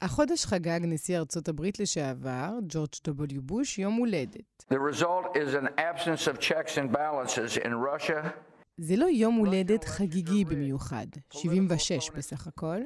החודש חגג נשיא ארצות הברית לשעבר, ג'ורג' W. בוש, יום הולדת. The result is an absence of checks and balances in Russia. זה לא יום הולדת חגיגי במיוחד, 76 בסך הכל.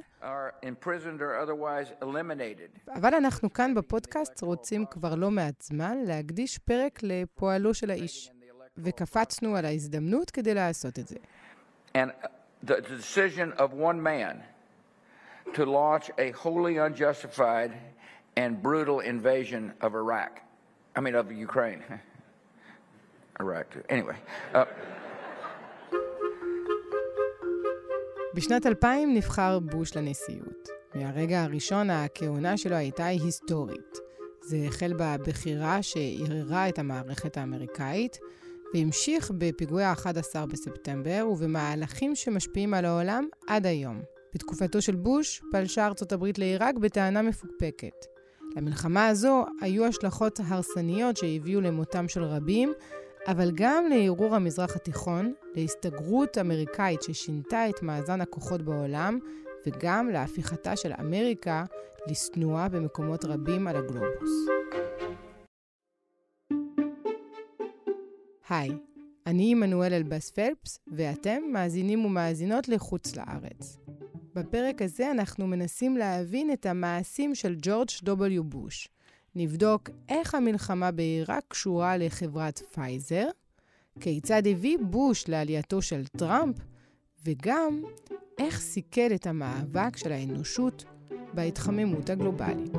אבל אנחנו כאן בפודקאסט רוצים כבר לא מעט זמן להקדיש פרק לפועלו של האיש. וקפצנו על ההזדמנות כדי לעשות את זה. And the decision of one man to launch a wholly unjustified and brutal invasion of Iraq. I mean, of Ukraine. Iraq, anyway. בשנת 2000 נבחר בוש לנשיאות. מהרגע הראשון הכהונה שלו הייתה היסטורית. זה החל בבחירה שערערה את המערכת האמריקאית, והמשיך בפיגועי ה-11 בספטמבר ובמהלכים שמשפיעים על העולם עד היום. בתקופתו של בוש פלשה ארצות הברית לעיראק בטענה מפוקפקת. למלחמה הזו היו השלכות הרסניות שהביאו למותם של רבים, אבל גם לערעור המזרח התיכון, להסתגרות אמריקאית ששינתה את מאזן הכוחות בעולם, וגם להפיכתה של אמריקה לשנואה במקומות רבים על הגלובוס. היי, אני עמנואל אלבאס פלפס, ואתם מאזינים ומאזינות לחוץ לארץ. בפרק הזה אנחנו מנסים להבין את המעשים של ג'ורג' W. בוש. נבדוק איך המלחמה בעיראק קשורה לחברת פייזר, כיצד הביא בוש לעלייתו של טראמפ, וגם איך סיכל את המאבק של האנושות בהתחממות הגלובלית.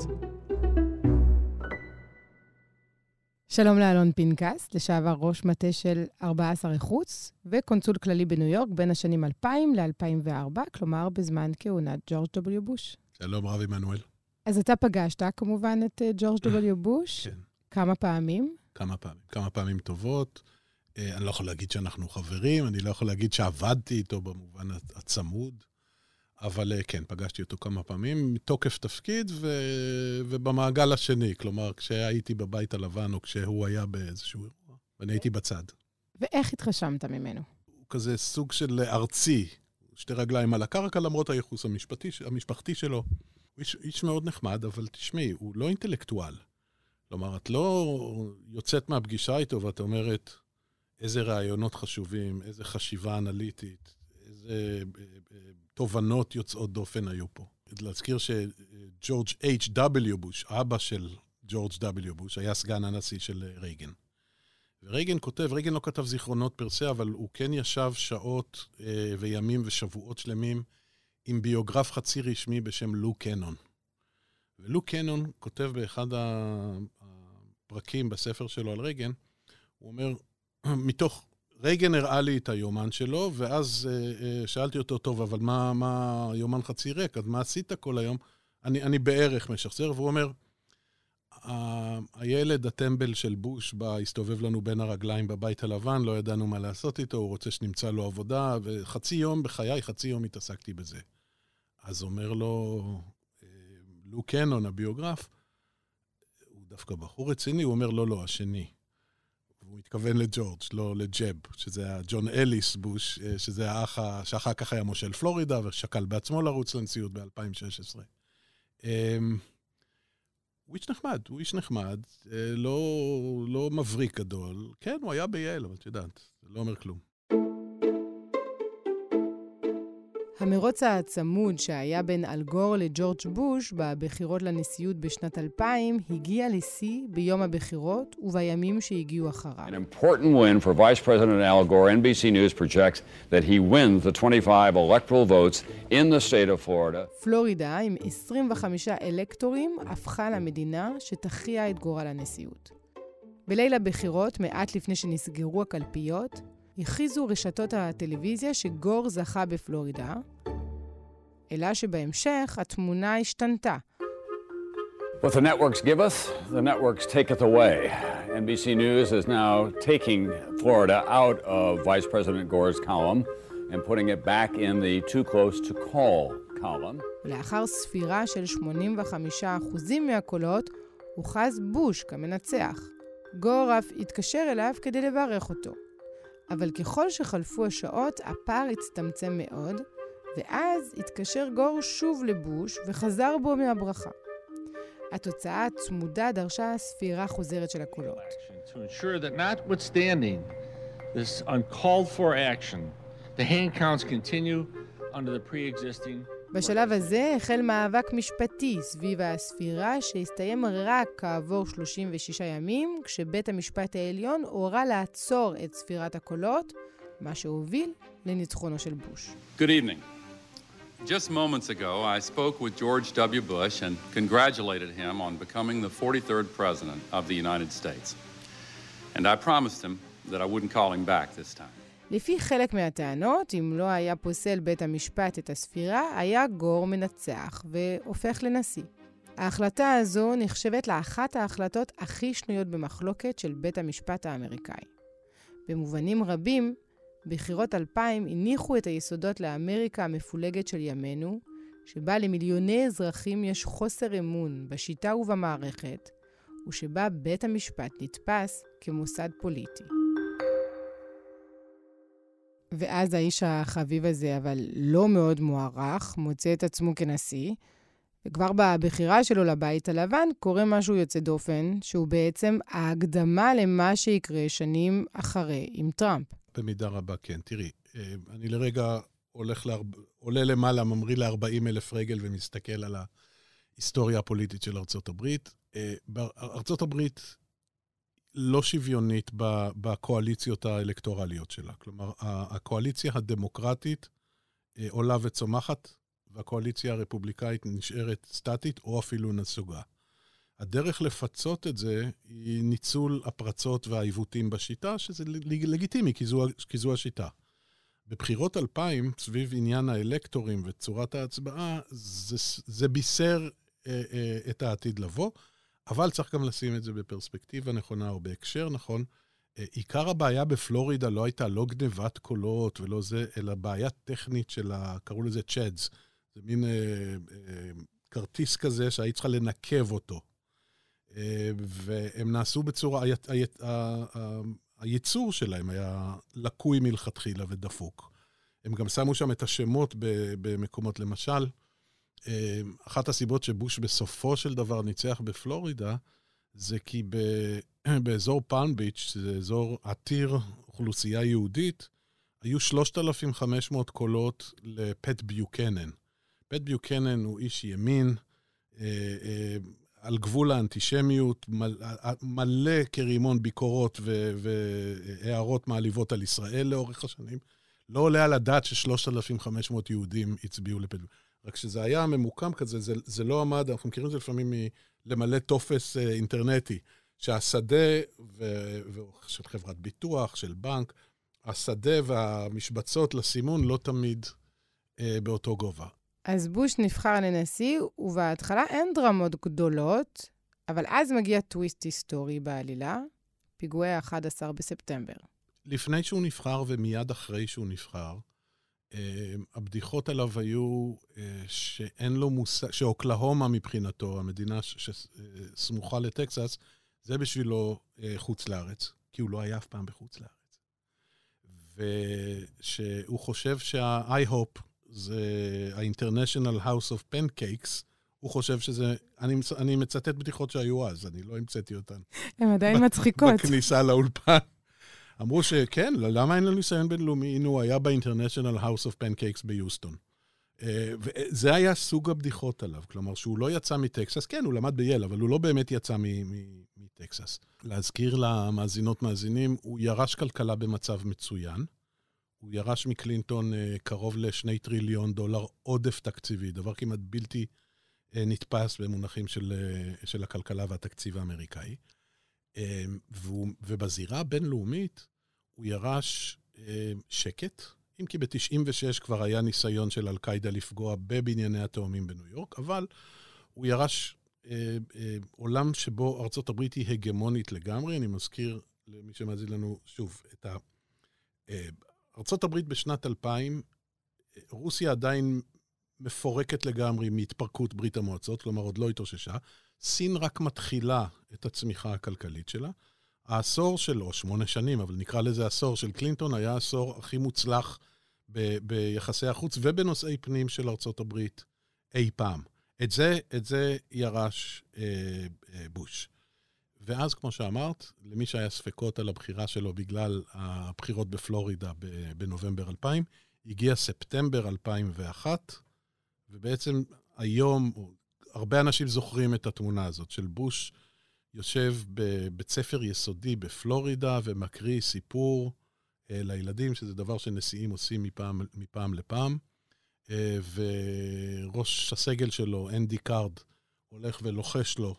שלום לאלון פינקס, לשעבר ראש מטה של 14 חוץ, וקונסול כללי בניו יורק בין השנים 2000 ל-2004, כלומר בזמן כהונת ג'ורג' W. בוש. שלום רב עמנואל. אז אתה פגשת כמובן את ג'ורג' W. בוש? כן. כמה פעמים? כמה פעמים טובות. אני לא יכול להגיד שאנחנו חברים, אני לא יכול להגיד שעבדתי איתו במובן הצמוד, אבל כן, פגשתי אותו כמה פעמים, מתוקף תפקיד ובמעגל השני, כלומר, כשהייתי בבית הלבן או כשהוא היה באיזשהו אירוע, ואני הייתי בצד. ואיך התחשמת ממנו? הוא כזה סוג של ארצי, שתי רגליים על הקרקע, למרות הייחוס המשפחתי שלו. הוא איש מאוד נחמד, אבל תשמעי, הוא לא אינטלקטואל. כלומר, את לא יוצאת מהפגישה איתו ואת אומרת איזה רעיונות חשובים, איזה חשיבה אנליטית, איזה תובנות יוצאות דופן היו פה. להזכיר שג'ורג' H.W. בוש, אבא של ג'ורג' W. בוש, היה סגן הנשיא של רייגן. ורייגן לא כתב זיכרונות פרסה, אבל הוא כן ישב שעות וימים ושבועות שלמים עם ביוגרף חצי רשמי בשם לו קנון. ולו קנון כותב באחד הפרקים בספר שלו על רייגן, הוא אומר, מתוך רייגן הראה לי את היומן שלו, ואז שאלתי אותו, טוב, אבל מה יומן חצי ריק? אז מה עשית כל היום? אני בערך משחזר, והוא אומר, הילד הטמבל של בוש הסתובב לנו בין הרגליים בבית הלבן, לא ידענו מה לעשות איתו, הוא רוצה שנמצא לו עבודה, וחצי יום בחיי, חצי יום התעסקתי בזה. אז אומר לו, לו קנון, הביוגרף, הוא דווקא בחור רציני, הוא אומר, לא, השני. הוא מתכוון לג'ורג', לא לג'ב, שזה היה ג'ון אליס בוש, שזה האח שאחר כך היה מושל פלורידה, ושקל בעצמו לרוץ לנשיאות ב-2016. הוא איש נחמד, לא מבריק גדול. כן, הוא היה בייל, אבל את יודעת, זה לא אומר כלום. המרוץ הצמוד שהיה בין אל גור לג'ורג' בוש בבחירות לנשיאות בשנת 2000 הגיע לשיא ביום הבחירות ובימים שהגיעו אחריו. An important win for Vice President Al Gore. NBC News projects that he wins the 25 electoral votes in the state of Florida. פלורידה עם 25 אלקטורים הפכה למדינה שתכריע את גורל הנשיאות. בליל הבחירות, מעט לפני שנסגרו הקלפיות, הכריזו רשתות הטלוויזיה שגור זכה בפלורידה, אלא שבהמשך התמונה השתנתה. What the networks give us, the networks take it away. NBC News is now taking Florida out of Vice President Gore's column and putting it back in the too close to call column. לאחר ספירה של 85% מהקולות, הוכרז בוש כמנצח. גור אף התקשר אליו כדי לברך אותו. אבל ככל שחלפו השעות, הפער הצטמצם מאוד, ואז התקשר גור שוב לבוש וחזר בו מהברכה. התוצאה הצמודה דרשה ספירה חוזרת של הקולות. To ensure that notwithstanding this uncalled for action, the hand counts continue under the pre-existing. בשלב הזה החל מאבק משפטי סביב הספירה שהסתיים רק כעבור 36 ימים, כשבית המשפט העליון הורה לעצור את ספירת הקולות, מה שהוביל לניצחונו של בוש. Good evening. Just moments ago, I spoke with George W. Bush and congratulated him on becoming the 43rd president of the United States. And I promised him that I wouldn't call him back this time. לפי חלק מהטענות, אם לא היה פוסל בית המשפט את הספירה, היה גור מנצח והופך לנשיא. ההחלטה הזו נחשבת לאחת ההחלטות הכי שנויות במחלוקת של בית המשפט האמריקאי. במובנים רבים, בחירות 2000 הניחו את היסודות לאמריקה המפולגת של ימינו, שבה למיליוני אזרחים יש חוסר אמון בשיטה ובמערכת, ושבה בית המשפט נתפס כמוסד פוליטי. ואז האיש החביב הזה, אבל לא מאוד מוערך, מוצא את עצמו כנשיא, וכבר בבחירה שלו לבית הלבן קורה משהו יוצא דופן, שהוא בעצם ההקדמה למה שיקרה שנים אחרי עם טראמפ. במידה רבה, כן. תראי, אני לרגע עולה למעלה, ממריא ל-40,000 רגל ומסתכל על ההיסטוריה הפוליטית של ארצות הברית. ארצות הברית לא שוויונית בקואליציות האלקטורליות שלה. כלומר, הקואליציה הדמוקרטית עולה וצומחת, והקואליציה הרפובליקאית נשארת סטטית או אפילו נסוגה. הדרך לפצות את זה היא ניצול הפרצות והעיוותים בשיטה, שזה לגיטימי, כי זו השיטה. בבחירות 2000, סביב עניין האלקטורים וצורת ההצבעה, זה בישר את העתיד לבוא, אבל צריך גם לשים את זה בפרספקטיבה נכונה או בהקשר נכון. עיקר הבעיה בפלורידה לא הייתה לא גנבת קולות ולא זה, אלא בעיה טכנית של, קראו לזה צ'אדס. זה מין כרטיס כזה שהיית צריכה לנקב אותו. והם נעשו בצורה, הייצור שלהם היה לקוי מלכתחילה ודפוק. הם גם שמו שם את השמות במקומות, למשל, אחת הסיבות שבוש בסופו של דבר ניצח בפלורידה, זה כי באזור פאלם ביץ', זה אזור עתיר אוכלוסייה יהודית, היו 3,500 קולות לפט ביוקנן. פט ביוקנן הוא איש ימין, על גבול האנטישמיות, מלא כרימון ביקורות והערות מעליבות על ישראל לאורך השנים. לא עולה על הדעת ש3,500 יהודים הצביעו לפט ביוקנן. רק שזה היה ממוקם כזה, זה לא עמד, אנחנו מכירים את זה לפעמים למלא טופס אינטרנטי, שהשדה של חברת ביטוח, של בנק, השדה והמשבצות לסימון לא תמיד באותו גובה. אז בוש נבחר לנשיא, ובהתחלה אין דרמות גדולות, אבל אז מגיע טוויסט היסטורי בעלילה, פיגועי 11 בספטמבר. לפני שהוא נבחר ומיד אחרי שהוא נבחר, הבדיחות עליו היו שאין לו מושג, שאוקלהומה מבחינתו, המדינה שסמוכה לטקסס, זה בשבילו חוץ לארץ, כי הוא לא היה אף פעם בחוץ לארץ. ושהוא חושב שה-IHOP, זה ה-International House of Pancakes, הוא חושב שזה, אני מצטט בדיחות שהיו אז, אני לא המצאתי אותן. הן עדיין מצחיקות. בכניסה לאולפן. אמרו שכן, למה אין לנו ניסיון בינלאומי? הנה הוא היה ב-International House of Pancakes ביוסטון. וזה היה סוג הבדיחות עליו, כלומר שהוא לא יצא מטקסס, כן, הוא למד בייל, אבל הוא לא באמת יצא מטקסס. להזכיר למאזינות מאזינים, הוא ירש כלכלה במצב מצוין, הוא ירש מקלינטון קרוב ל$2 טריליון עודף תקציבי, דבר כמעט בלתי נתפס במונחים של הכלכלה והתקציב האמריקאי. ובזירה הבינלאומית הוא ירש שקט, אם כי ב-96 כבר היה ניסיון של אל-קאידה לפגוע בבנייני התאומים בניו יורק, אבל הוא ירש עולם שבו ארצות הברית היא הגמונית לגמרי. אני מזכיר למי שמאזין לנו שוב את ארצות הברית בשנת 2000, רוסיה עדיין מפורקת לגמרי מהתפרקות ברית המועצות, כלומר עוד לא התאוששה. סין רק מתחילה את הצמיחה הכלכלית שלה. העשור שלו, 8 שנים, אבל נקרא לזה עשור של קלינטון, היה העשור הכי מוצלח ביחסי החוץ ובנושאי פנים של ארצות הברית אי פעם. את זה ירש בוש. ואז, כמו שאמרת, למי שהיה ספקות על הבחירה שלו בגלל הבחירות בפלורידה בנובמבר 2000, הגיע ספטמבר 2001, ובעצם היום, הרבה אנשים זוכרים את התמונה הזאת של בוש, יושב בבית ספר יסודי בפלורידה ומקריא סיפור לילדים, שזה דבר שנשיאים עושים מפעם לפעם, וראש הסגל שלו, אנדי קארד, הולך ולוחש לו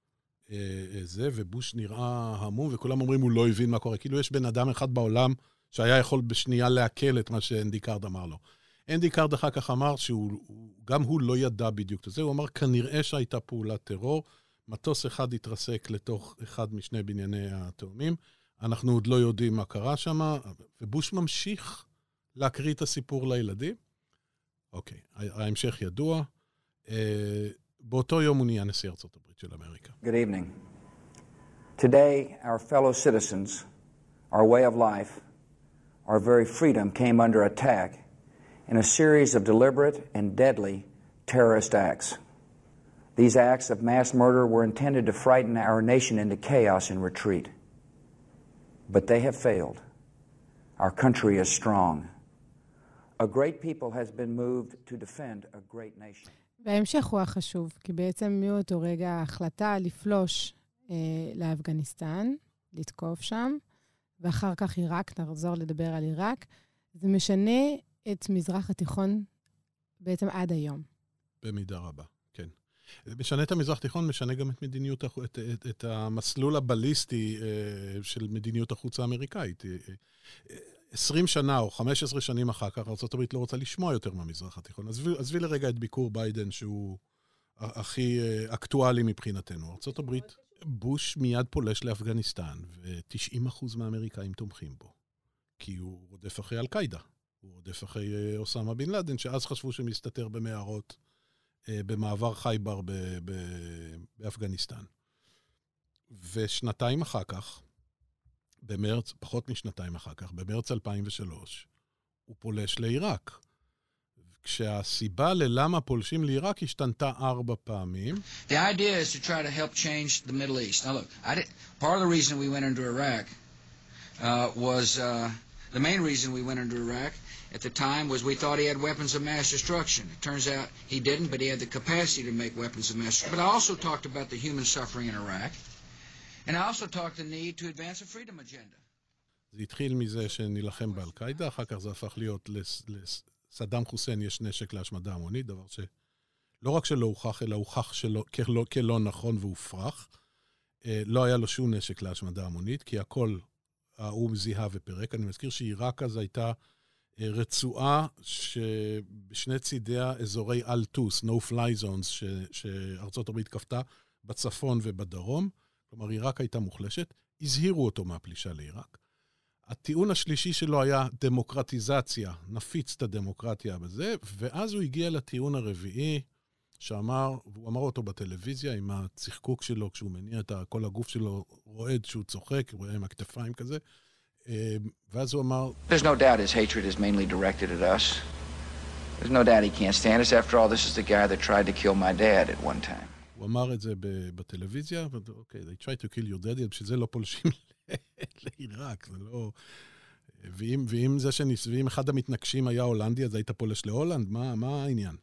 זה, ובוש נראה המום, וכולם אומרים הוא לא הבין מה קורה. כאילו יש בן אדם אחד בעולם שהיה יכול בשנייה להקל את מה שאנדי קארד אמר לו. אנדי קארד אחר כך אמר שגם הוא לא ידע בדיוק את זה, הוא אמר כנראה שהייתה פעולת טרור, מטוס אחד התרסק לתוך אחד משני בנייני התאומים, אנחנו עוד לא יודעים מה קרה שם, ובוש ממשיך להקריא את הסיפור לילדים. אוקיי, ההמשך ידוע. באותו יום הוא נהיה נשיא ארצות הברית של אמריקה. Good evening. Today, our fellow citizens, our way of life, our very freedom came under attack in a series of deliberate and deadly terrorist acts. These acts of mass murder were intended to frighten our nation into chaos and retreat. But they have failed. Our country is strong. A great people has been moved to defend a great nation. וההמשך הוא החשוב, כי בעצם מאותו רגע ההחלטה לפלוש לאפגניסטן, לתקוף שם, ואחר כך עיראק, נחזור לדבר על עיראק, זה משנה את מזרח התיכון בעצם עד היום. במידה רבה, כן. משנה את המזרח התיכון, משנה גם את מדיניות, את המסלול הבליסטי של מדיניות החוץ האמריקאית. 20 שנה או 15 שנים אחר כך, ארצות הברית לא רוצה לשמוע יותר מהמזרח התיכון. עזבי לרגע את ביקור ביידן, שהוא הכי אקטואלי מבחינתנו. ארצות הברית, בוש מיד פולש לאפגניסטן, ו90% מהאמריקאים תומכים בו. כי הוא רודף אחרי אל-קאידה. הוא רודף אחרי אוסמה בן לאדן, שאז חשבו שמסתתר במערות במעבר חייבר באפגניסטן. ושנתיים אחר כך, במרץ, פחות משנתיים אחר כך, במרץ 2003, הוא פולש לעיראק. כשהסיבה ללמה פולשים לעיראק השתנתה 4 פעמים. The idea is to try to help change the Middle East. Now look, part of the reason we went into Iraq was the main reason we went into Iraq at the time was we thought he had weapons of mass destruction. It turns out he didn't, but he had the capacity to make weapons of mass destruction. But I also talked about the human suffering in Iraq. And I also talked the need to advance a freedom agenda. זה התחיל מזה שנלחם באל-קאידה, אחר כך זה הפך להיות לסדאם חוסיין יש נשק להשמדה המונית, דבר שלא רק שלא הוכח, אלא הוכח כלא נכון והופרך. לא היה לו שום נשק להשמדה המונית, כי הכל האום זיהה ופרק. אני מזכיר שעיראק אז הייתה רצועה שבשני צידיה אזורי אל-טוס, no-fly zones, שארצות הברית כפתה בצפון ובדרום. כלומר, עיראק הייתה מוחלשת, הזהירו אותו מהפלישה לעיראק. הטיעון השלישי שלו היה דמוקרטיזציה, נפיץ את הדמוקרטיה בזה, ואז הוא הגיע לטיעון הרביעי, והוא אמר אותו בטלוויזיה, עם הצחקוק שלו, כשהוא מניע את כל הגוף שלו, רועד שהוא צוחק, רואה עם הכתפיים כזה, ואז הוא אמר... There's no doubt his hatred is mainly directed at us. There's no doubt he can't stand us. After all, this is the guy that tried to kill my dad at one time. הוא אמר את זה בטלוויזיה, אוקיי, they try to kill your daddy, בשביל זה לא פולשים לעיראק, זה לא... ואם זה ואם אחד המתנגשים היה הולנדי, אז היית פולש להולנד, מה העניין?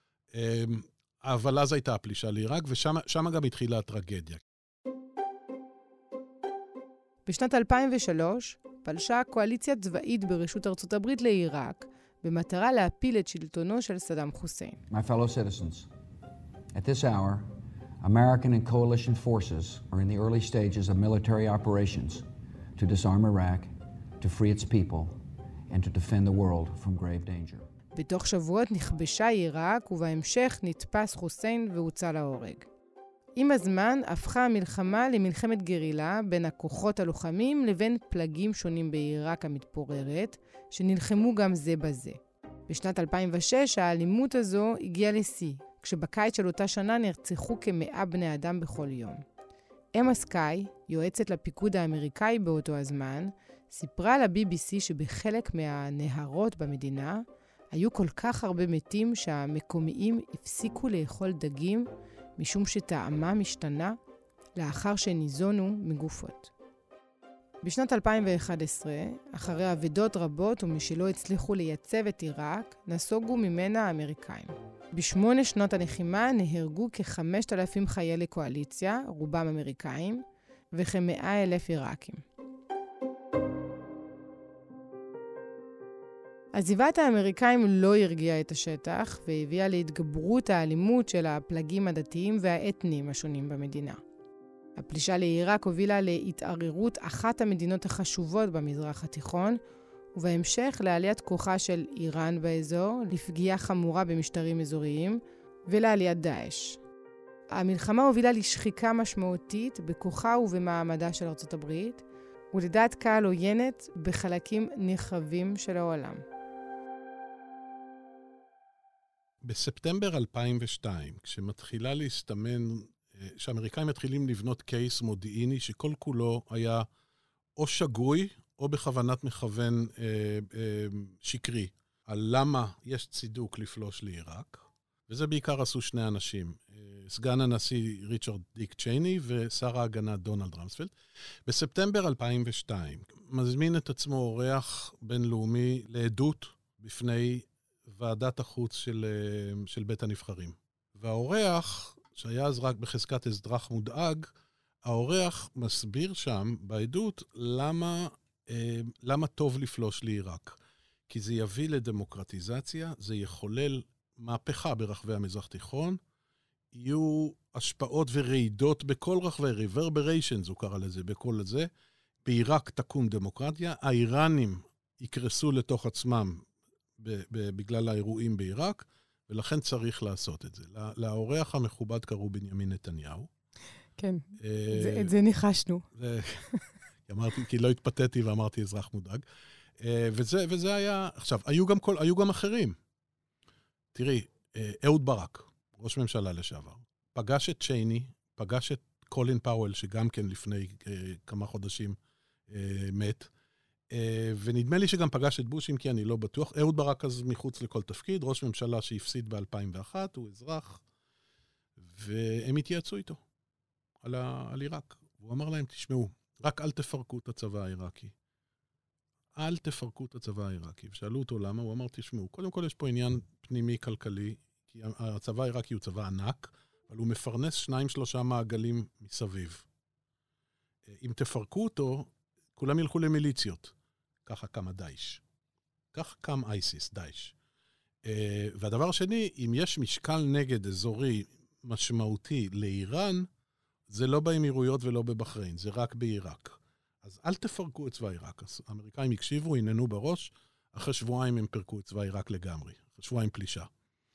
אבל אז הייתה הפלישה לעיראק, ושם גם התחילה הטרגדיה. בשנת 2003 פלשה קואליציה צבאית ברשות ארצות הברית לעיראק, במטרה להפיל את שלטונו של סדאם חוסיין. My fellow citizens, at this hour, American and coalition forces are in the early stages of military operations to disarm Iraq, to free its people, and to defend the world from grave danger. בתוך שבועות נכבשה עיראק, ובהמשך נתפס חוסיין והוצא להורג. עם הזמן הפכה המלחמה למלחמת גרילה בין הכוחות הלוחמים לבין פלגים שונים בעיראק המתפוררת, שנלחמו גם זה בזה. בשנת 2006 האלימות הזו הגיעה לשיא, כשבקיץ של אותה שנה נרצחו כ100 בני אדם בכל יום. אמה סקאי, יועצת לפיקוד האמריקאי באותו הזמן, סיפרה ל-BBC שבחלק מהנהרות במדינה היו כל כך הרבה מתים שהמקומיים הפסיקו לאכול דגים משום שטעמה משתנה לאחר שניזונו מגופות. בשנת 2011, אחרי עבודות רבות ומשלא הצליחו לייצב את עיראק, נסוגו ממנה האמריקאים. ב8 שנות הלחימה נהרגו כ5,000 חיילי קואליציה, רובם אמריקאים, וכ100,000 עיראקים. עזיבת האמריקאים לא הרגיעה את השטח והביאה להתגברות האלימות של הפלגים הדתיים והאתניים השונים במדינה. הפלישה לעיראק הובילה להתערערות אחת המדינות החשובות במזרח התיכון, ובהמשך לעליית כוחה של איראן באזור, לפגיעה חמורה במשטרים אזוריים ולעליית דאעש. המלחמה הובילה לשחיקה משמעותית בכוחה ובמעמדה של ארצות הברית, ולדעת קהל עוינת בחלקים נרחבים של העולם. בספטמבר 2002, כשמתחילה להסתמן, שהאמריקאים מתחילים לבנות קייס מודיעיני שכל כולו היה או שגוי או בכוונת מכוון שקרי, על למה יש צידוק לפלוש לעיראק, וזה בעיקר עשו שני אנשים, סגן הנשיא ריצ'רד דיק צ'ייני ושר ההגנה דונלד רמספלד. בספטמבר 2002 מזמין את עצמו אורח בינלאומי לעדות בפני ועדת החוץ של בית הנבחרים. והאורח, שהיה אז רק בחזקת אזרח מודאג, האורח מסביר שם בעדות למה טוב לפלוש לעיראק. כי זה יביא לדמוקרטיזציה, זה יחולל מהפכה ברחבי המזרח תיכון, יהיו השפעות ורעידות בכל רחבי, reverberations הוא קרא לזה, בכל זה, בעיראק תקום דמוקרטיה, האיראנים יקרסו לתוך עצמם בגלל האירועים בעיראק, ולכן צריך לעשות את זה. לאורח המכובד קראו בנימין נתניהו. כן, את זה ניחשנו. אמרתי, כי לא התפתיתי ואמרתי אזרח מודאג. וזה היה, עכשיו, היו גם אחרים. תראי, אהוד ברק, ראש ממשלה לשעבר, פגש את צ'ייני, פגש את קולין פאוול, שגם כן לפני כמה חודשים מת, ונדמה לי שגם פגש את בוש, אם כי אני לא בטוח. אהוד ברק אז מחוץ לכל תפקיד, ראש ממשלה שהפסיד ב-2001, הוא אזרח, והם התייעצו איתו על עיראק. הוא אמר להם, תשמעו, רק אל תפרקו את הצבא העיראקי. אל תפרקו את הצבא העיראקי. ושאלו אותו למה, הוא אמר, תשמעו, קודם כל יש פה עניין פנימי כלכלי, כי הצבא העיראקי הוא צבא ענק, אבל הוא מפרנס 2-3 מעגלים מסביב. אם תפרקו אותו, כולם ילכו למיליציות. ככה קם הדאעש. ככה קם אייסיס, דאעש. והדבר השני, אם יש משקל נגד אזורי משמעותי לאיראן, זה לא באמירויות ולא בבחריין, זה רק בעיראק. אז אל תפרקו את צבא עיראק. האמריקאים הקשיבו, עיננו בראש, אחרי שבועיים הם פרקו את צבא עיראק לגמרי. אחרי שבועיים פלישה.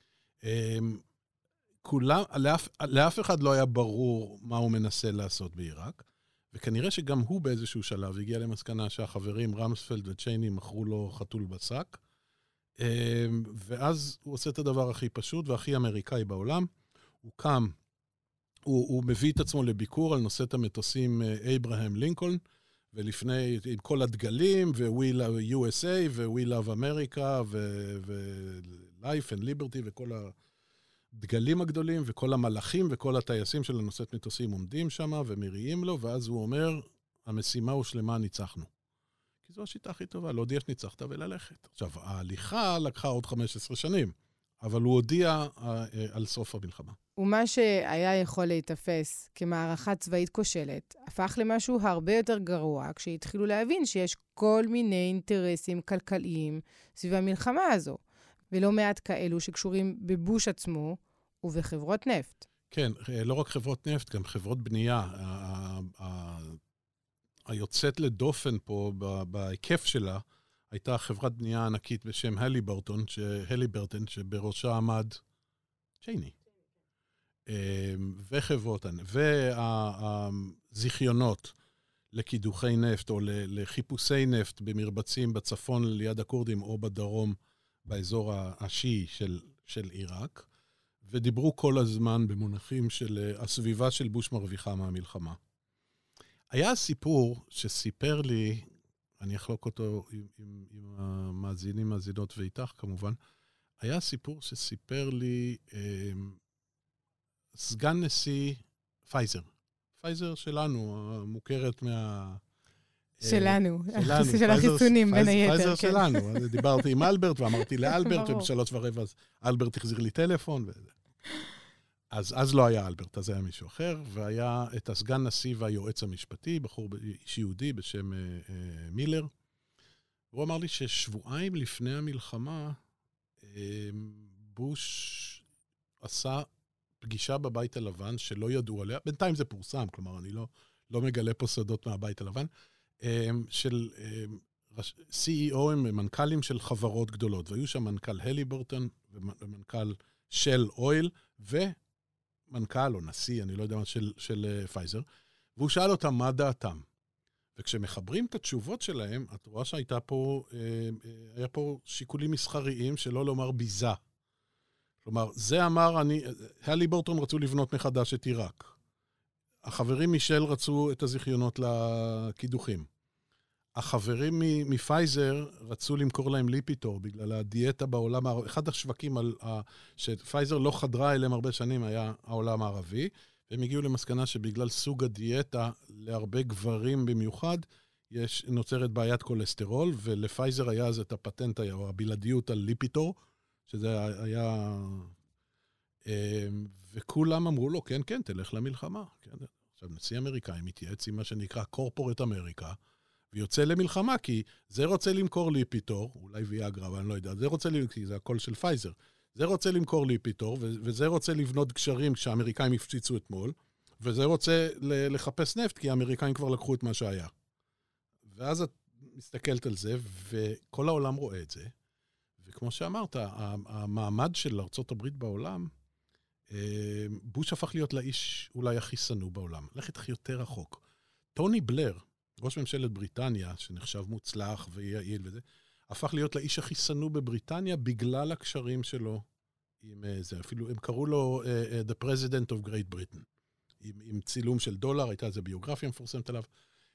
לאף אחד לא היה ברור מה הוא מנסה לעשות בעיראק, וכנראה שגם הוא באיזשהו שלב הגיע למסקנה שהחברים רמספלד וצ'ייני מכרו לו חתול בשק, ואז הוא עושה את הדבר הכי פשוט והכי אמריקאי בעולם. הוא קם, הוא מביא את עצמו לביקור על נושאת המטוסים אברהם לינקולן, ולפני, עם כל הדגלים, ו-We Love USA, ו-We Love America, ו-Life and Liberty, וכל הדגלים הגדולים, וכל המלאכים, וכל הטייסים של הנושאת מטוסים עומדים שם, ומריעים לו, ואז הוא אומר, המשימה הושלמה, ניצחנו. כי זו השיטה הכי טובה, לא הודיע שניצחת וללכת. עכשיו, ההליכה לקחה עוד 15 שנים, אבל הוא הודיע על סוף המלחמה. ומה שהיה יכול להתאפס כמערכה צבאית כושלת, הפך למשהו הרבה יותר גרוע, כשהתחילו להבין שיש כל מיני אינטרסים כלכליים סביב המלחמה הזו, ולא מעט כאלו שקשורים בבוש עצמו ובחברות נפט. כן, לא רק חברות נפט, גם חברות בנייה. היוצאת לדופן פה בהיקף שלה, הייתה חברת בנייה ענקית בשם הליברטון, שבראשה עמד צ'ייני. וחברות, והזיכיונות לקידוחי נפט או לחיפושי נפט במרבצים בצפון ליד הכורדים או בדרום באזור השיעי של עיראק, ודיברו כל הזמן במונחים של הסביבה של בוש מרוויחה מהמלחמה. היה סיפור שסיפר לי, אני אחלוק אותו עם המאזינים, מאזינות ואיתך כמובן, היה סיפור שסיפר לי סגן נשיא פייזר. פייזר שלנו, המוכרת שלנו, של החיסונים בין היתר. פייזר שלנו. דיברתי עם אלברט ואמרתי לאלברט, וב3:15 אלברט החזיר לי טלפון. אז לא היה אלברט, אז היה מישהו אחר, והיה את הסגן נשיא והיועץ המשפטי, בחור איש יהודי בשם מילר. הוא אמר לי ששבועיים לפני המלחמה, בוש עשה פגישה בבית הלבן שלא ידעו עליה, בינתיים זה פורסם, כלומר אני לא מגלה פה סודות מהבית הלבן, של CEO הם מנכ"לים של חברות גדולות, והיו שם מנכ"ל הליברטון ומנכ"ל של אויל, ומנכ"ל או נשיא, אני לא יודע מה, של פייזר, והוא שאל אותם מה דעתם. וכשמחברים את התשובות שלהם, את רואה שהייתה פה, היה פה שיקולים מסחריים שלא לומר ביזה. כלומר, זה אמר, הליברטון רצו לבנות מחדש את עיראק. החברים מישל רצו את הזיכיונות לקידוחים. החברים מפייזר רצו למכור להם ליפיטור, בגלל הדיאטה בעולם הערבי. אחד השווקים שפייזר לא חדרה אליהם הרבה שנים היה העולם הערבי, והם הגיעו למסקנה שבגלל סוג הדיאטה, להרבה גברים במיוחד, נוצרת בעיית כולסטרול, ולפייזר היה אז את הפטנט, או הבלעדיות על ליפיטור, שזה היה... וכולם אמרו לו, כן, כן, תלך למלחמה. עכשיו, נשיא אמריקאי מתייעץ עם מה שנקרא קורפורט אמריקה, ויוצא למלחמה, כי זה רוצה למכור ליפיטור, אולי ויאגרה, אבל אני לא יודע, זה רוצה למכור, כי זה הכל של פייזר, זה רוצה למכור ליפיטור, וזה רוצה לבנות גשרים כשהאמריקאים הפציצו אתמול, וזה רוצה לחפש נפט, כי האמריקאים כבר לקחו את מה שהיה. ואז את מסתכלת על זה, וכל העולם רואה את זה, וכמו שאמרת, המעמד של ארצות הברית בעולם, בוש הפך להיות לאיש אולי הכי שנוא בעולם. לכת יותר רחוק. טוני בלר, ראש ממשלת בריטניה, שנחשב מוצלח ויעיל וזה, הפך להיות לאיש הכי שנוא בבריטניה בגלל הקשרים שלו עם זה. אפילו הם קראו לו The President of Great Britain. עם צילום של דולר, הייתה איזו ביוגרפיה מפורסמת עליו.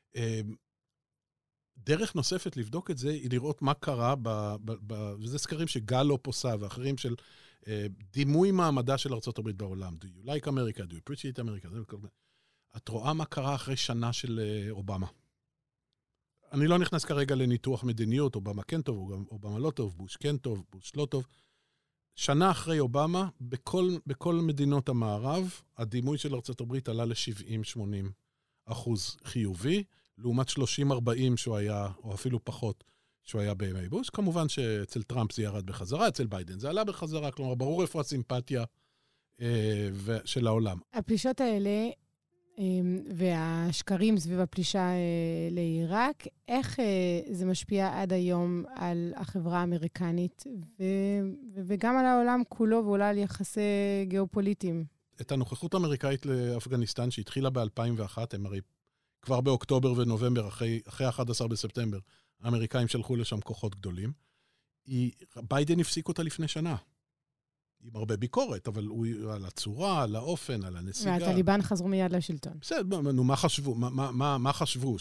דרך נוספת לבדוק את זה, היא לראות מה קרה, וזה סקרים שגלופ עושה, ואחרים של דימוי מעמדה של ארצות הברית בעולם. Do you like America? Do you appreciate America? את רואה מה קרה אחרי שנה של אובמה. אני לא נכנס כרגע לניתוח מדיניות, אובמה כן טוב, אובמה לא טוב, בוש כן טוב, בוש לא טוב. שנה אחרי אובמה, בכל מדינות המערב, הדימוי של ארצות הברית עלה ל-70-80% חיובי, לעומת 30-40 שהוא היה, או אפילו פחות, שהוא היה בימי בוש. כמובן שאצל טראמפ זה ירד בחזרה, אצל ביידן זה עלה בחזרה, כלומר, ברור איפה הסימפתיה של העולם. הפלישות האלה, והשקרים סביב הפלישה לעיראק, איך זה משפיע עד היום על החברה האמריקנית, וגם על העולם כולו, ואולי על יחסי גיאופוליטיים? את הנוכחות האמריקאית לאפגניסטן, שהתחילה ב-2001, הם הרי כבר באוקטובר ונובמבר, אחרי 11 בספטמבר, האמריקאים שלחו לשם כוחות גדולים. ביידן הפסיק אותה לפני שנה. עם הרבה ביקורת, אבל הוא על הצורה, על האופן, על הנסיגה. והטליבן חזרו מיד לשלטון. בסדר, מה חשבו? מה חשבו?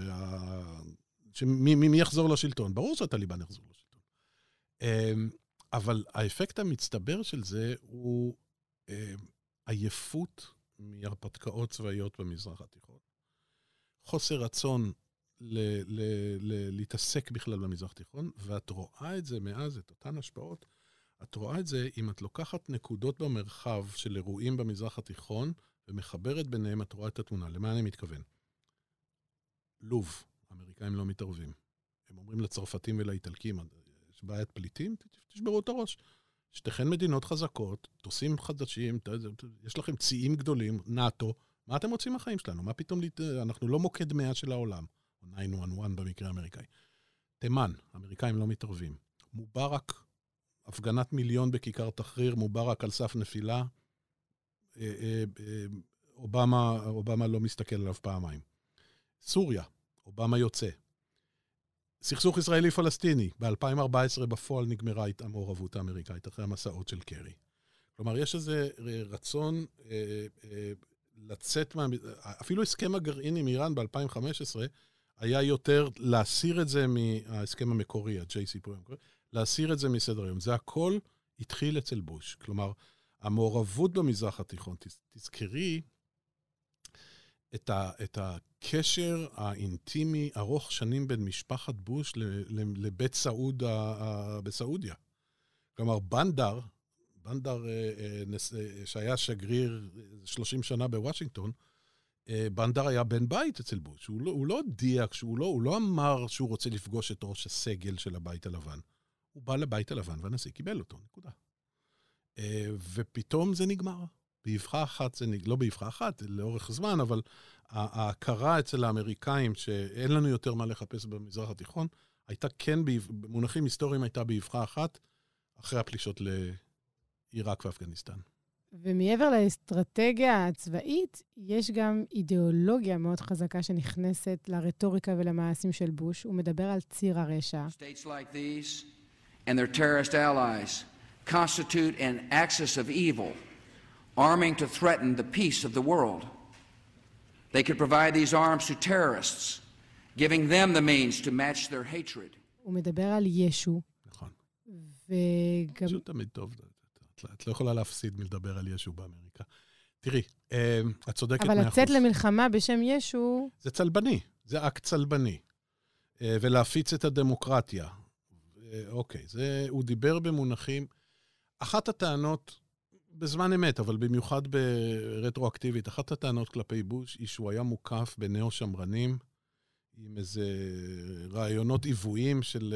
מי יחזור לשלטון? ברור שהטליבן יחזור לשלטון. אבל האפקט המצטבר של זה הוא עייפות מהרפתקאות צבאיות במזרח התיכון. חוסר רצון להתעסק בכלל במזרח התיכון, ואת רואה את זה מאז, את אותן השפעות, את רואה את זה אם את לוקחת נקודות במרחב של אירועים במזרח התיכון, ומחברת ביניהם, את רואה את התמונה. למה אני מתכוון? לוב, האמריקאים לא מתערבים. הם אומרים לצרפתים ולאיטלקים, יש בעיית פליטים, תשברו את הראש. שתכן מדינות חזקות, תוסעים חדשים, יש לכם ציים גדולים, נאטו, מה אתם רוצים מהחיים שלנו? מה פתאום, אנחנו לא מוקד 100 של העולם, או 911 במקרה האמריקאי. תימן, האמריקאים לא מתערבים. מובארק, הפגנת מיליון בכיכר תחריר, מובארק על סף נפילה, אובמה לא מסתכל עליו פעמיים. סוריה, אובמה יוצא. סכסוך ישראלי-פלסטיני, ב-2014 בפועל נגמרה המעורבות האמריקאית, אחרי המסעות של קרי. כלומר, יש איזה רצון לצאת אפילו הסכם הגרעין עם איראן ב-2015, היה יותר להסיר את זה מההסכם המקורי, ה-JCPOA, להסיר את זה מסדר היום. זה הכל התחיל אצל בוש. כלומר, המעורבות במזרח התיכון, תזכרי את הקשר האינטימי ארוך שנים בין משפחת בוש לבית סעוד בסעודיה. כלומר, בנדר שהיה שגריר 30 שנה בוושינגטון, בנדר היה בן בית אצל בוש. הוא לא הודיע, הוא לא אמר שהוא רוצה לפגוש את ראש הסגל של הבית הלבן. הוא בא לבית הלבן והנשיא קיבל אותו, נקודה. ופתאום זה נגמר. באבחה אחת, לא באבחה אחת, לאורך זמן, אבל ההכרה אצל האמריקאים שאין לנו יותר מה לחפש במזרח התיכון, הייתה כן, במונחים היסטוריים הייתה באבחה אחת, אחרי הפלישות לעיראק ואפגניסטן. ומעבר לאסטרטגיה הצבאית, יש גם אידיאולוגיה מאוד חזקה שנכנסת לרטוריקה ולמעשים של בוש. הוא מדבר על ציר הרשע. States like these and their terrorist allies constitute an axis of evil, arming to threaten the peace of the world. They could provide these arms to terrorists, giving them the means to match their hatred. הוא מדבר על ישו. נכון. וגם... ישו תמיד טוב. את לא יכולה להפסיד מלדבר על ישו באמריקה. תראי, את צודקת 100%. אבל לצאת למלחמה בשם ישו... זה צלבני, זה אקט צלבני. ולהפיץ את הדמוקרטיה. אוקיי, הוא דיבר במונחים... אחת הטענות, בזמן אמת, אבל במיוחד ברטרואקטיבית, אחת הטענות כלפי בוש היא שהוא היה מוקף בנאו-שמרנים, עם איזה רעיונות עיוויים של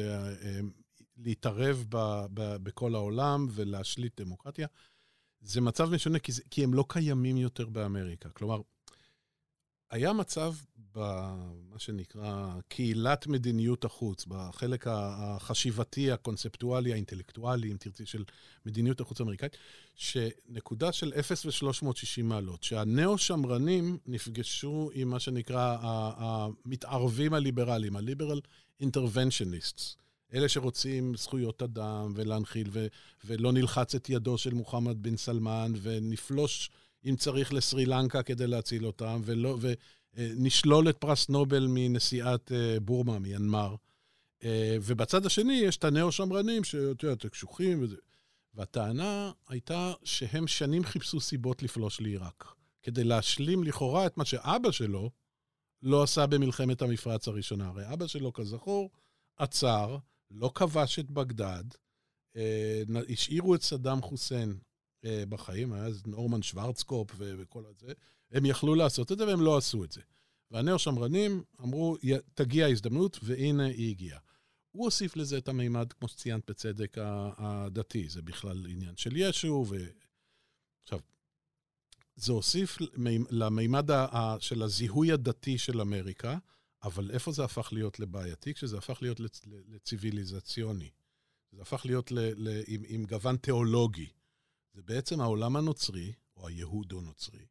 להתערב בכל העולם ולהשליט דמוקרטיה. זה מצב משונה, כי הם לא קיימים יותר באמריקה. כלומר, היה מצב במה שנקרא קהילת מדיניות החוץ, בחלק החשיבתי, הקונספטואלי, האינטלקטואלי, אם תרצי, של מדיניות החוץ האמריקאית, שנקודה של 0 ו-360 מעלות, שהנאו-שמרנים נפגשו עם מה שנקרא המתערבים הליברליים, הליברל אינטרוונשניסטס, אלה שרוצים זכויות אדם ולהנחיל, ולא נלחץ את ידו של מוחמד בן סלמן, ונפלוש אם צריך לסרי לנקה כדי להציל אותם, ונשלול את פרס נובל מנשיאת בורמה, מיינמר. ובצד השני יש את הנאו-שמרנים שיותר קשוחים, והטענה הייתה שהם שנים חיפשו סיבות לפלוש לעיראק, כדי להשלים לכאורה את מה שאבא שלו לא עשה במלחמת המפרץ הראשונה. הרי אבא שלו, כזכור, עצר, לא כבש את בגדד, השאירו את סדאם חוסיין בחיים, היה נורמן שוורצקופ וכל זה, הם יכלו לעשות את זה והם לא עשו את זה. והנאו-שמרנים אמרו, תגיע ההזדמנות, והנה היא הגיעה. הוא הוסיף לזה את המימד, כמו שציינת בצדק הדתי, זה בכלל עניין של ישו, עכשיו, זה הוסיף למימד של הזיהוי הדתי של אמריקה, אבל איפה זה הפך להיות לבעייתי? כשזה הפך להיות לציביליזציוני. זה הפך להיות עם גוון תיאולוגי. זה בעצם העולם הנוצרי, או היהודו-נוצרי,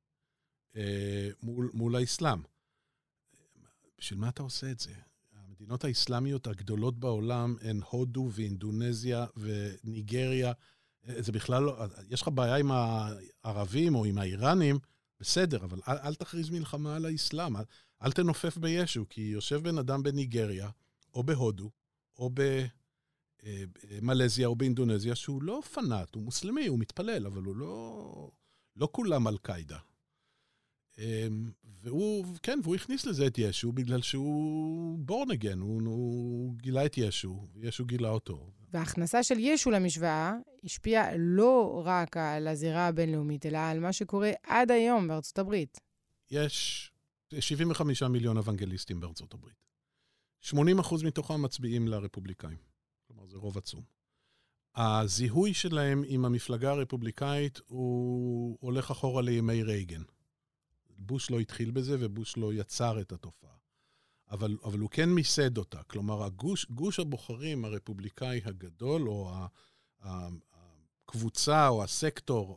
מול האסלאם. בשביל מה אתה עושה את זה? המדינות האסלאמיות הגדולות בעולם הן הודו ואינדונזיה וניגריה. זה בכלל לא... יש לך בעיה עם הערבים או עם האיראנים, בסדר, אבל אל תכריז מלחמה על האסלאם. אל תנופף בישו, כי יושב בן אדם בניגריה, או בהודו, או במלזיה, או באינדונזיה, שהוא לא פנאט, הוא מוסלמי, הוא מתפלל, אבל הוא לא כולם על קיידה. והוא הכניס לזה את ישו, בגלל שהוא בורנגן, הוא גילה את ישו, וישו גילה אותו. וההכנסה של ישו למשוואה השפיעה לא רק על הזירה הבינלאומית, אלא על מה שקורה עד היום בארצות הברית. יש 75 מיליון אוונגליסטים בארצות הברית. 80% מתוכם מצביעים לרפובליקאים. כלומר, זה רוב עצום. הזיהוי שלהם עם המפלגה הרפובליקאית הוא הולך אחורה לימי רייגן. בוש לא התחיל בזה ובוש לא יצר את התופעה. אבל הוא כן מיסד אותה. כלומר, גוש הבוחרים הרפובליקאי הגדול, או הקבוצה או הסקטור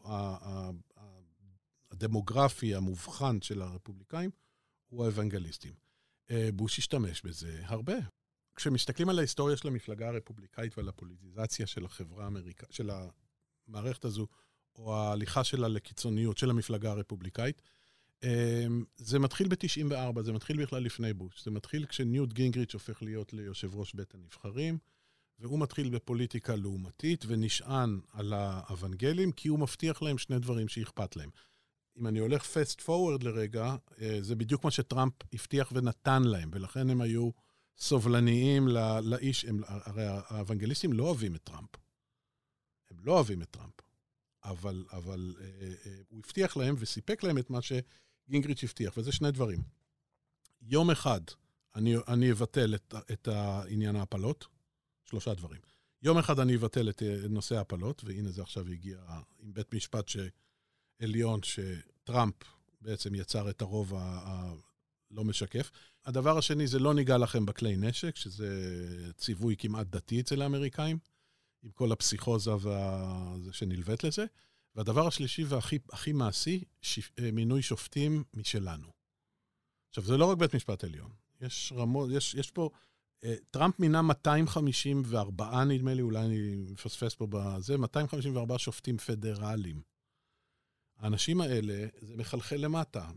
הדמוגרפי המובחן של הרפובליקאים, הוא האוונגליסטים. בוש השתמש בזה הרבה. כשמסתכלים על ההיסטוריה של המפלגה הרפובליקאית ועל הפוליטיזציה של החברה האמריקאית, של המערכת הזו, או ההליכה שלה לקיצוניות של המפלגה הרפובליקאית, זה מתחיל ב-94, זה מתחיל בכלל לפני בוש. זה מתחיל כשניוט גינגריץ' הופך להיות ליושב ראש בית הנבחרים, והוא מתחיל בפוליטיקה לעומתית ונשען על האוונגלים, כי הוא מבטיח להם שני דברים שאכפת להם. אם אני הולך fast forward לרגע, זה בדיוק מה שטראמפ הבטיח ונתן להם, ולכן הם היו סובלניים לאיש. הרי האוונגליסטים לא אוהבים את טראמפ. הם לא אוהבים את טראמפ. אבל הוא הבטיח להם וסיפק להם את מה שגינגריץ' הבטיח, וזה שני דברים. יום אחד אני אבטל את העניין ההפלות, 3 דברים. יום אחד אני אבטל את נושא ההפלות, והנה זה עכשיו הגיע עם בית משפט עליון שטראמפ בעצם יצר את הרוב הלא משקף. הדבר השני זה לא ניגע לכם בכלי נשק, שזה ציווי כמעט דתי אצל האמריקאים, עם כל הפסיכוזה שנלווית לזה. והדבר השלישי והכי מעשי, מינוי שופטים משלנו. עכשיו, זה לא רק בית משפט עליון. יש פה, טראמפ מינה 254, נדמה לי, אולי אני מפספס פה בזה, 254 שופטים פדרליים. האנשים האלה, זה מחלחל למטה.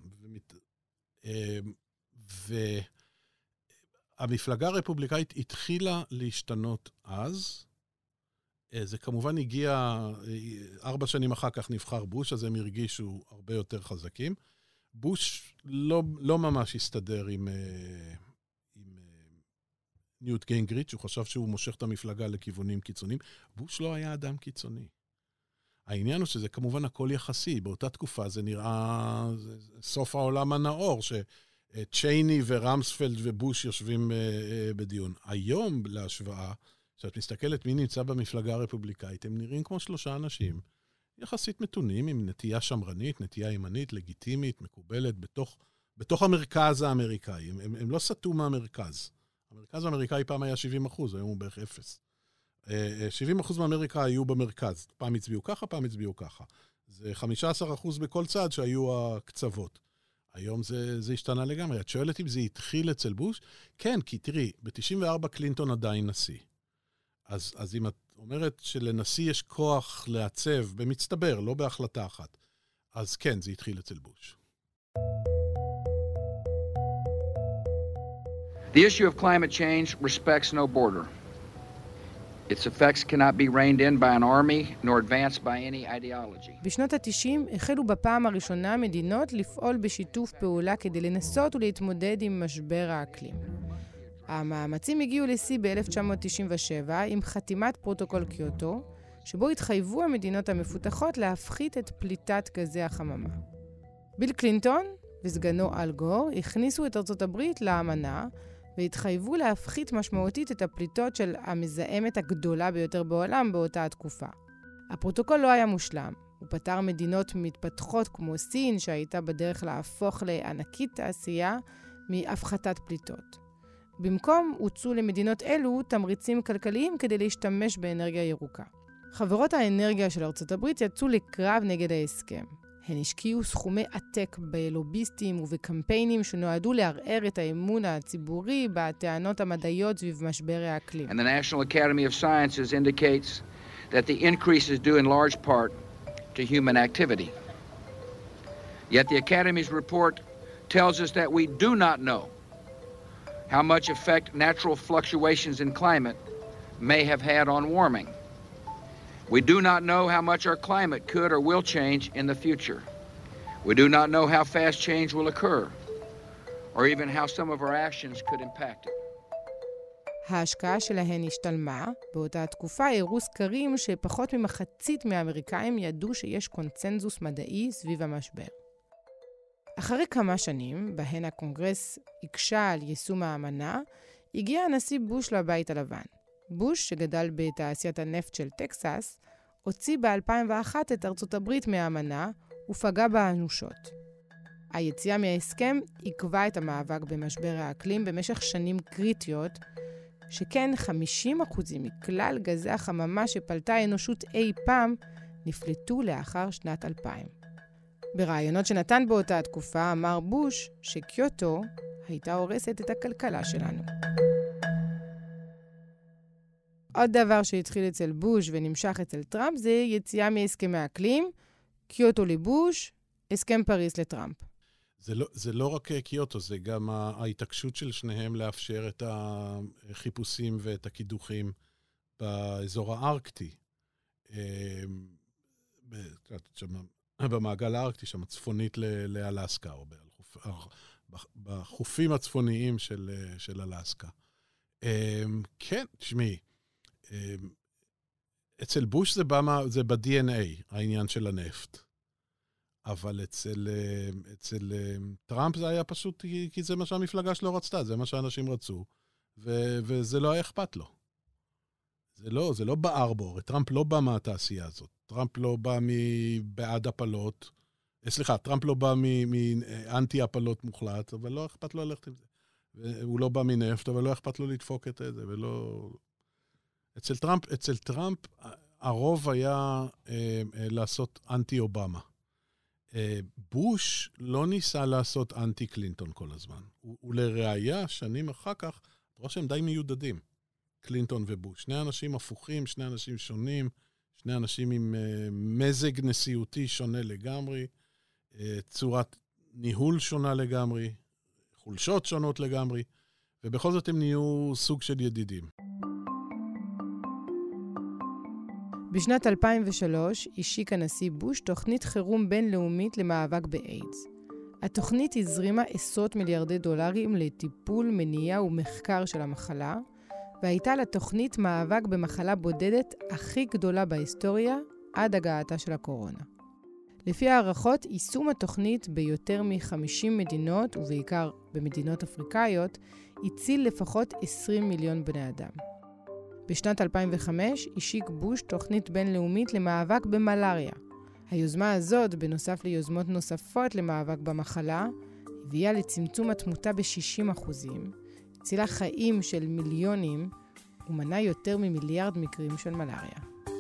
והמפלגה הרפובליקאית התחילה להשתנות אז. זה כמובן הגיע, 4 שנים אחר כך נבחר בוש, אז הם הרגישו הרבה יותר חזקים. בוש לא ממש הסתדר עם ניוט גינגריץ', הוא חשב שהוא מושך את המפלגה לכיוונים קיצוניים. בוש לא היה אדם קיצוני. העניין הוא שזה כמובן הכל יחסי. באותה תקופה זה נראה סוף העולם הנאור, שצ'ייני ורמספלד ובוש יושבים בדיון. היום, להשוואה, כשאת מסתכלת מי נמצא במפלגה הרפובליקאית, הם נראים כמו 3 אנשים, יחסית מתונים, עם נטייה שמרנית, נטייה ימנית, לגיטימית, מקובלת, בתוך המרכז האמריקאי. הם לא סטו מהמרכז. המרכז האמריקאי פעם היה 70%, היום הוא בערך 0. 70% מאמריקה היו במרכז. פעם הצביעו ככה, פעם הצביעו ככה. זה 15% בכל צד שהיו הקצוות. היום זה השתנה לגמרי. את שואלת אם זה התחיל אצל בוש? כן, כי תראי, ב-94 קלינטון עדיין נשיא. אז אם את אומרת שלנשיא יש כוח לעצב במצטבר, לא בהחלטה אחת, אז כן, זה התחיל אצל בוש. The issue of climate change respects no border. Its effects cannot be reined in by an army nor advanced by any ideology. בשנות ה-90 החלו בפעם הראשונה מדינות לפעול בשיתוף פעולה כדי לנסות ולהתמודד עם משבר האקלים. המאמצים הגיעו לשיא ב-1997 עם חתימת פרוטוקול קיוטו, שבו התחייבו המדינות המפותחות להפחית את פליטת גזי החממה. ביל קלינטון וסגנו אל גור הכניסו את ארצות הברית לאמנה, והתחייבו להפחית משמעותית את הפליטות של המזהמת הגדולה ביותר בעולם באותה התקופה. הפרוטוקול לא היה מושלם. הוא פתר מדינות מתפתחות כמו סין, שהייתה בדרך להפוך לענקית תעשייה מהפחתת פליטות. במקום הוצאו למדינות אלו תמריצים כלכליים כדי להשתמש באנרגיה ירוקה. חברות האנרגיה של ארצות הברית יצאו לקרב נגד ההסכם. הן השקיעו סכומי עתק בלוביסטים ובקמפיינים שנועדו לערער את האמון הציבורי בטענות המדעיות סביב משבר האקלים. And the National Academy of Sciences indicates that the increase is due in large part to human activity. Yet the Academy's report tells us that we do not know how much effect natural fluctuations in climate may have had on warming. We do not know how much our climate could or will change in the future. We do not know how fast change will occur, or even how some of our actions could impact it. ההשקעה שלהן השתלמה. באותה התקופה הראו סקרים שפחות ממחצית מהאמריקאים ידעו שיש קונצנזוס מדעי סביב המשבר. אחרי כמה שנים, בהן הקונגרס הקשה על יישום האמנה, הגיע הנשיא בוש לבית הלבן. בוש, שגדל בתעשיית הנפט של טקסס, הוציא ב-2001 את ארצות הברית מהאמנה ופגע בה אנושות. היציאה מההסכם עיכבה את המאבק במשבר האקלים במשך שנים קריטיות, שכן 50% מכלל גזי החממה שפלטה האנושות אי פעם נפלטו לאחר שנת 2000. ברעיונות שנתן באותה התקופה אמר בוש שקיוטו הייתה הורסת את הכלכלה שלנו. עוד דבר שהתחיל אצל בוש ונמשך אצל טראמפ זה יציאה מהסכמי האקלים, קיוטו לבוש, הסכם פריז לטראמפ. זה לא רק קיוטו, זה גם ההתעקשות של שניהם לאפשר את החיפושים ואת הקידוחים באזור הארקטי, במעגל הארקטי, שם צפונית לאלסקה, או בחופים הצפוניים של אלסקה. כן, תשמעי, אצל בוש זה ב-DNA, העניין של הנפט. אבל אצל טראמפ זה היה פשוט, כי זה מה שהמפלגה שלו רצתה, זה מה שאנשים רצו, וזה לא היה אכפת לו. זה לא בער בו, טראמפ לא בא מהתעשייה הזאת. טראמפ לא בא מבעד הפלות, טראמפ לא בא מאנטי הפלות מוחלט, אבל לא אכפת לו ללכת עם זה. הוא לא בא מנפט, אבל לא אכפת לו לדפוק את זה, ולא... אצל טראמפ הרוב היה לעשות אנטי-אובמה. בוש לא ניסה לעשות אנטי-קלינטון כל הזמן. ולראיה, שנים אחר כך, אתה רואה שהם די מיודדים, קלינטון ובוש. שני אנשים הפוכים, שני אנשים שונים, שני אנשים עם מזג נשיאותי שונה לגמרי, צורת ניהול שונה לגמרי, חולשות שונות לגמרי, ובכל זאת הם נהיו סוג של ידידים. בשנת 2003 השיק הנשיא בוש תוכנית חירום בינלאומית למאבק באיידס. התוכנית הזרימה עשרות מיליארדי דולרים לטיפול, מניעה ומחקר של המחלה, והייתה לתוכנית מאבק במחלה בודדת הכי גדולה בהיסטוריה עד הגעתה של הקורונה. לפי הערכות, יישום התוכנית ביותר מ-50 מדינות, ובעיקר במדינות אפריקאיות, הציל לפחות 20 מיליון בני אדם. בשנת 2005 השיק בוש תוכנית בינלאומית למאבק במלריה. היוזמה הזאת, בנוסף ליוזמות נוספות למאבק במחלה, הביאה לצמצום התמותה ב-60%, הצילה חיים של מיליונים ומנעה יותר ממיליארד מקרים של מלריה.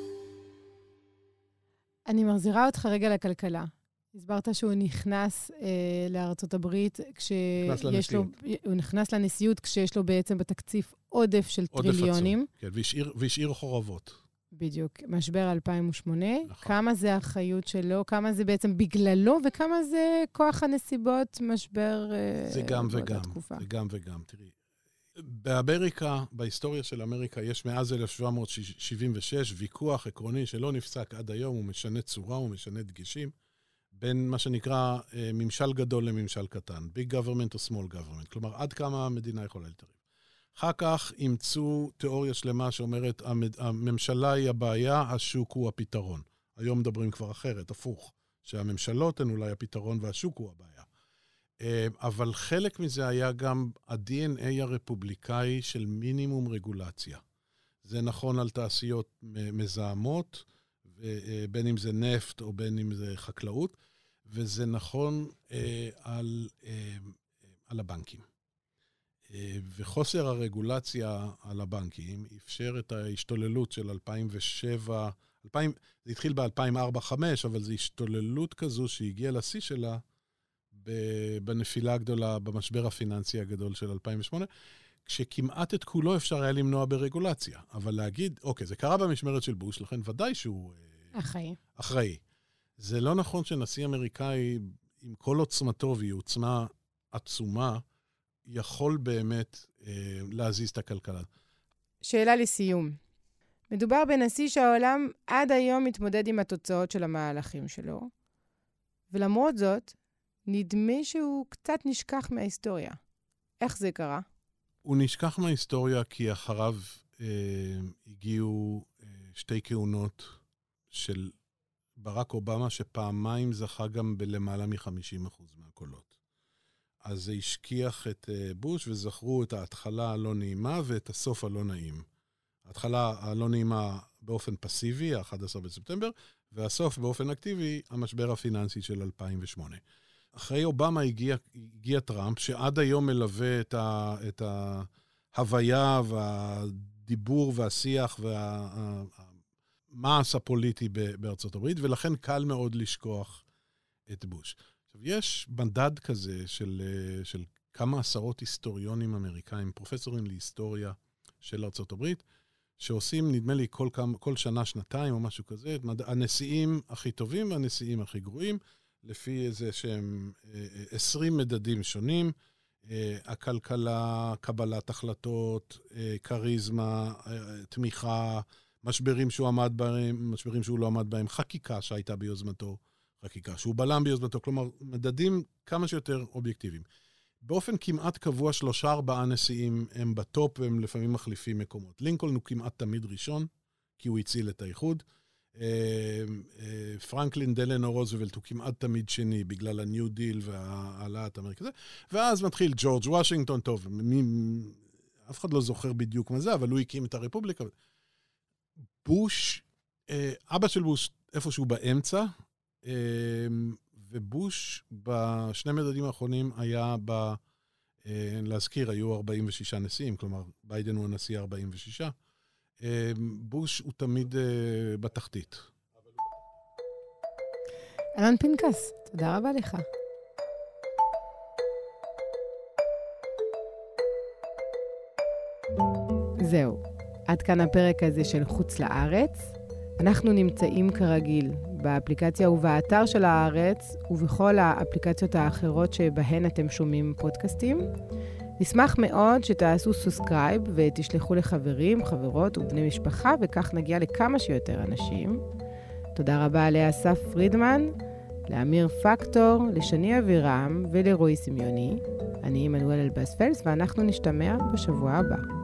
אני מחזירה אותך רגע לכלכלה. הסברת שהוא נכנס לארצות הברית הוא נכנס לנשיאות כשיש לו בעצם בתקציב עודף של טריליונים. כן, והשאיר חורבות. בדיוק. משבר 2008. נכון. כמה זה האחריות שלו, כמה זה בעצם בגללו, וכמה זה כוח הנסיבות, משבר זה גם וגם. זה גם וגם. תראי, באמריקה, בהיסטוריה של אמריקה, יש מאז 1776 ויכוח עקרוני שלא נפסק עד היום, הוא משנה צורה, הוא משנה דגשים, בין מה שנקרא ממשל גדול לממשל קטן, big government או small government, כלומר עד כמה המדינה יכולה להתערב. אחר כך אימצו תיאוריה שלמה שאומרת, הממשלה היא הבעיה, השוק הוא הפתרון. היום מדברים כבר אחרת, הפוך, שהממשלות הן אולי הפתרון והשוק הוא הבעיה. אבל חלק מזה היה גם ה-DNA הרפובליקאי של מינימום רגולציה. זה נכון על תעשיות מזהמות, בין אם זה נפט או בין אם זה חקלאות, וזה נכון על הבנקים. וחוסר הרגולציה על הבנקים אפשר את ההשתוללות של 2007, זה התחיל ב-2004-2005, אבל זו השתוללות כזו שהגיעה לשיא שלה בנפילה הגדולה, במשבר הפיננסי הגדול של 2008, כשכמעט את כולו אפשר היה למנוע ברגולציה. אבל להגיד, אוקיי, זה קרה במשמרת של בוש, לכן ודאי שהוא אחראי. זה לא נכון שנשיא אמריקאי, עם כל עוצמתו והיא עוצמה עצומה, יכול באמת להזיז את הכלכלה. שאלה לסיום. מדובר בנשיא שהעולם עד היום מתמודד עם התוצאות של המהלכים שלו, ולמרות זאת, נדמה שהוא קצת נשכח מההיסטוריה. איך זה קרה? הוא נשכח מההיסטוריה כי אחריו הגיעו שתי כהונות של ברק אובמה, שפעמיים זכה גם בלמעלה מ-50% מהקולות. אז זה השכיח את בוש, וזכרו את ההתחלה הלא נעימה ואת הסוף הלא נעים. ההתחלה הלא נעימה באופן פסיבי, ה-11 בספטמבר, והסוף באופן אקטיבי, המשבר הפיננסי של 2008. אחרי אובמה הגיע טראמפ, שעד היום מלווה את ההוויה והדיבור והשיח והמאס הפוליטי בארצות הברית, ולכן קל מאוד לשכוח את בוש. עכשיו, יש מדד כזה של כמה עשרות היסטוריונים אמריקאים, פרופסורים להיסטוריה של ארצות הברית, שעושים, נדמה לי, כל שנה, שנתיים או משהו כזה, הנשיאים הכי טובים והנשיאים הכי גרועים, לפי איזה שהם 20 מדדים שונים, הכלכלה, קבלת החלטות, קריזמה, תמיכה, משברים שהוא עמד בהם, משברים שהוא לא עמד בהם, חקיקה שהייתה ביוזמתו, חקיקה שהוא בלם ביוזמתו, כלומר, מדדים כמה שיותר אובייקטיביים. באופן כמעט קבוע, 3-4 נשיאים הם בטופ, והם לפעמים מחליפים מקומות. לינקולן הוא כמעט תמיד ראשון, כי הוא הציל את האיחוד. פרנקלין דלנו רוזוולט הוא כמעט תמיד שני, בגלל הניו דיל והעלאת אמריקה. ואז מתחיל ג'ורג' וושינגטון, טוב, אף אחד לא זוכר בדיוק מה זה, אבל הוא הקים את הרפובליקה. בוש, אבא של בוש איפשהו באמצע, ובוש בשני מדדים האחרונים היה להזכיר, היו 46 נשיאים, כלומר, ביידן הוא הנשיא 46. בוש הוא תמיד בתחתית. אלון פנקס, תודה רבה לך. זהו, עד כאן הפרק הזה של חוץ לארץ. אנחנו נמצאים כרגיל באפליקציה ובאתר של הארץ, ובכל האפליקציות האחרות שבהן אתם שומעים פודקאסטים. נשמח מאוד שתעשו סובסקרייב ותשלחו לחברים, חברות ובני משפחה, וכך נגיע לכמה שיותר אנשים. תודה רבה לאסף פרידמן, לאמיר פקטור, לשני אבירם ולרועי סמיוני. אני עמנואל אלבאס פלס, ואנחנו נשתמע בשבוע הבא.